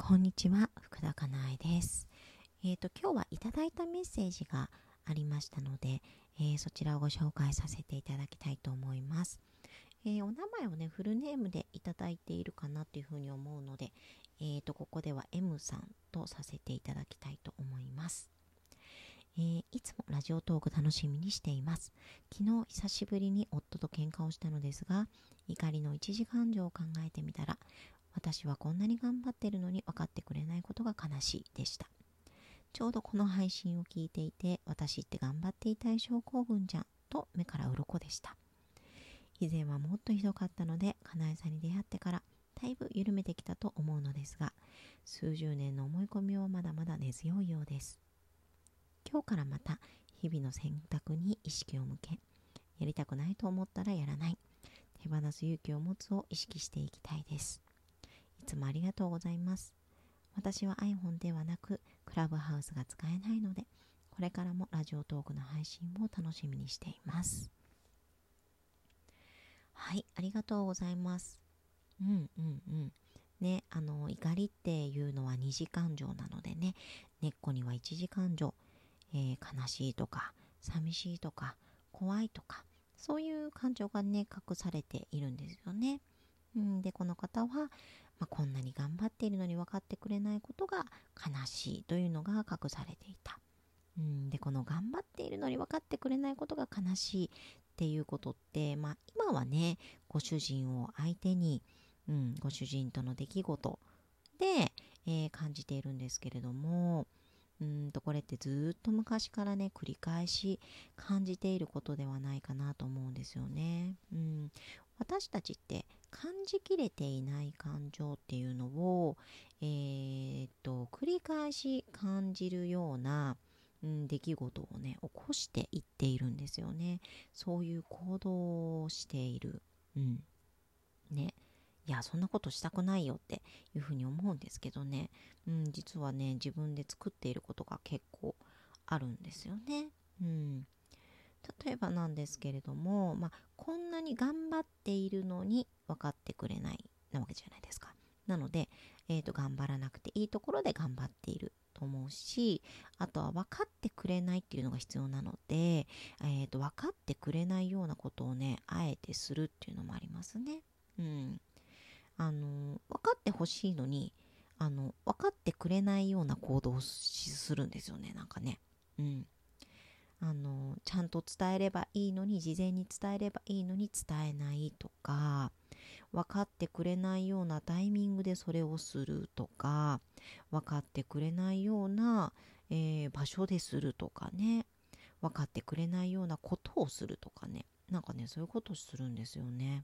こんにちは、福田かなえです。今日はいただいたメッセージがありましたので、そちらをご紹介させていただきたいと思います。お名前をね、フルネームでいただいているかなというふうに思うので、ここでは M さんとさせていただきたいと思います。いつもラジオトーク楽しみにしています。昨日久しぶりに夫と喧嘩をしたのですが、怒りの1時間以上考えてみたら、私はこんなに頑張ってるのに分かってくれないことが悲しいでした。ちょうどこの配信を聞いていて、私って頑張っていたい症候群じゃんと目から鱗でした。以前はもっとひどかったので、かなえさんに出会ってからだいぶ緩めてきたと思うのですが、数十年の思い込みはまだまだ根強いようです。今日からまた日々の選択に意識を向け、やりたくないと思ったらやらない、手放す勇気を持つを意識していきたいです。いつもありがとうございます。私は iPhone ではなくクラブハウスが使えないので、これからもラジオトークの配信を楽しみにしています。はい、ありがとうございます。ね、怒りっていうのは二次感情なのでね、根っこには一次感情、悲しいとか寂しいとか怖いとか、そういう感情がね隠されているんですよね。でこの方は、こんなに頑張っているのに分かってくれないことが悲しいというのが隠されていた。でこの頑張っているのに分かってくれないことが悲しいっていうことって、今はねご主人を相手に、ご主人との出来事で、感じているんですけれども、これってずっと昔からね繰り返し感じていることではないかなと思うんですよね。私たちって感じきれていない感情っていうのを、繰り返し感じるような、出来事をね起こしていっているんですよね。そういう行動をしている。ね、いやそんなことしたくないよっていうふうに思うんですけどね、実はね自分で作っていることが結構あるんですよね。例えばなんですけれども、こんなに頑張っているのに分かってくれないなわけじゃないですか。なので、頑張らなくていいところで頑張っていると思うし、あとは分かってくれないっていうのが必要なので、分かってくれないようなことをねあえてするっていうのもありますね。分かってほしいのに分かってくれないような行動をするんですよね。なんかね、ちゃんと伝えればいいのに、事前に伝えればいいのに伝えないとか、分かってくれないようなタイミングでそれをするとか、分かってくれないような、場所でするとかね、分かってくれないようなことをするとかね、なんかねそういうことをするんですよね。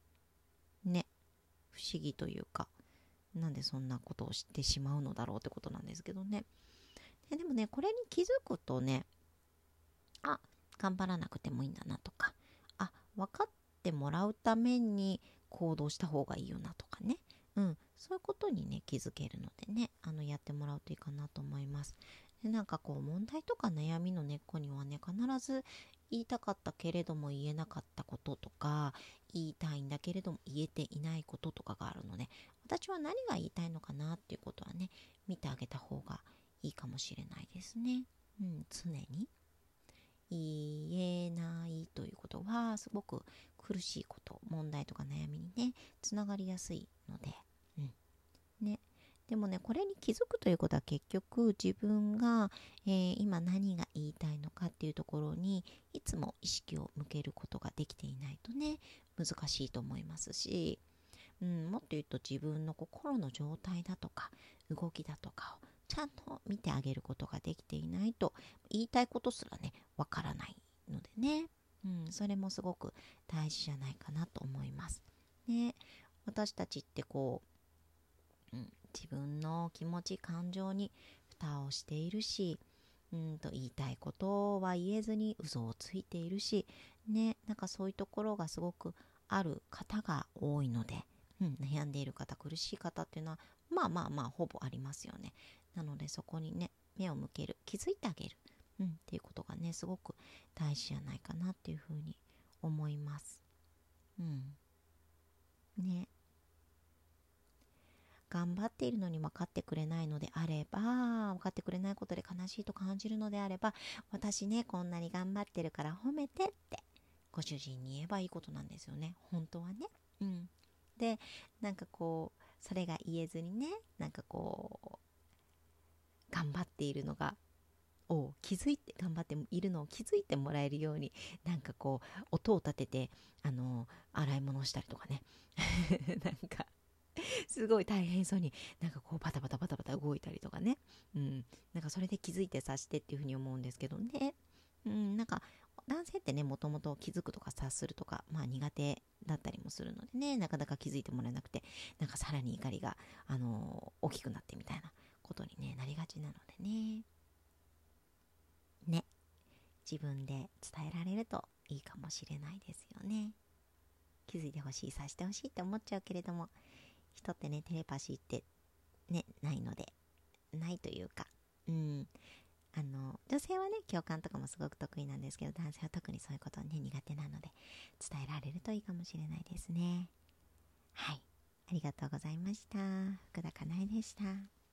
不思議というか、なんでそんなことをしてしまうのだろうってことなんですけどね。でもねこれに気づくとね、頑張らなくてもいいんだなとか、分かってもらうために行動した方がいいよなとかね、そういうことにね気づけるのでね、やってもらうといいかなと思います。でなんかこう問題とか悩みの根っこにはね必ず言いたかったけれども言えなかったこととか、言いたいんだけれども言えていないこととかがあるので、私は何が言いたいのかなっていうことはね見てあげた方がいいかもしれないですね。常に言えないということはすごく苦しいこと、問題とか悩みにねつながりやすいので、ね、でもねこれに気づくということは結局自分が、今何が言いたいのかっていうところにいつも意識を向けることができていないとね難しいと思いますし、もっと言うと自分の心の状態だとか動きだとかをちゃんと見てあげることができていないと言いたいことすらねわからないのでね、それもすごく大事じゃないかなと思いますね。私たちって自分の気持ち感情に蓋をしているし、言いたいことは言えずに嘘をついているしね、なんかそういうところがすごくある方が多いので、悩んでいる方苦しい方っていうのはほぼありますよね。なのでそこにね目を向ける、気づいてあげる、っていうことがねすごく大事じゃないかなっていうふうに思います。ね頑張っているのに分かってくれないのであれば、分かってくれないことで悲しいと感じるのであれば、私ねこんなに頑張ってるから褒めてってご主人に言えばいいことなんですよね、本当はね。で、なんかこうそれが言えずにね、なんかこう頑張っているのが気づいて頑張っているのを気づいてもらえるように、なんかこう音を立てて洗い物をしたりとかねなんかすごい大変そうになんかこうバタバタバタバタ動いたりとかね、なんかそれで気づいて察してっていうふうに思うんですけどね。なんか男性ってねもともと気づくとか察するとか、苦手だったりもするのでね、なかなか気づいてもらえなくて、なんかさらに怒りが、大きくなってみたいなことに、ね、なりがちなのでね、自分で伝えられるといいかもしれないですよね。気づいてほしい、察してほしいって思っちゃうけれども、人ってねテレパシーってねないので、ないというか、女性はね共感とかもすごく得意なんですけど、男性は特にそういうことね苦手なので、伝えられるといいかもしれないですね。はい、ありがとうございました。福田かなえでした。